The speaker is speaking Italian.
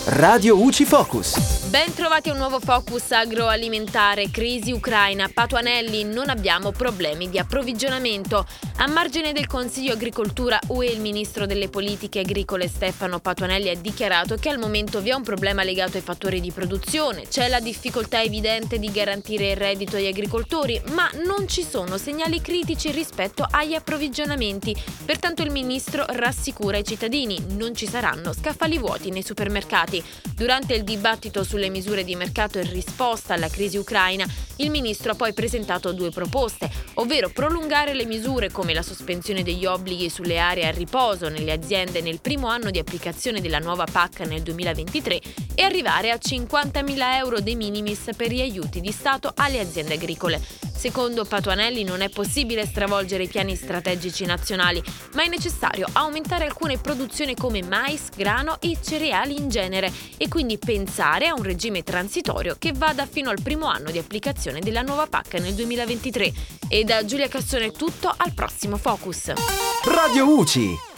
Radio UCI Focus. Ben trovati a un nuovo focus agroalimentare. Crisi ucraina. Patuanelli, non abbiamo problemi di approvvigionamento. A margine del Consiglio Agricoltura UE, il ministro delle politiche agricole Stefano Patuanelli ha dichiarato che al momento vi è un problema legato ai fattori di produzione. C'è la difficoltà evidente di garantire il reddito agli agricoltori, ma non ci sono segnali critici rispetto agli approvvigionamenti. Pertanto il ministro rassicura i cittadini: non ci saranno scaffali vuoti nei supermercati. Durante il dibattito sulle misure di mercato in risposta alla crisi ucraina, il ministro ha poi presentato due proposte, ovvero prolungare le misure come la sospensione degli obblighi sulle aree a riposo nelle aziende nel primo anno di applicazione della nuova PAC nel 2023 e arrivare a 50.000 euro de minimis per gli aiuti di Stato alle aziende agricole. Secondo Patuanelli non è possibile stravolgere i piani strategici nazionali, ma è necessario aumentare alcune produzioni come mais, grano e cereali in genere e quindi pensare a un regime transitorio che vada fino al primo anno di applicazione della nuova PAC nel 2023. E da Giulia Cassone è tutto, al prossimo Focus. Radio UCI.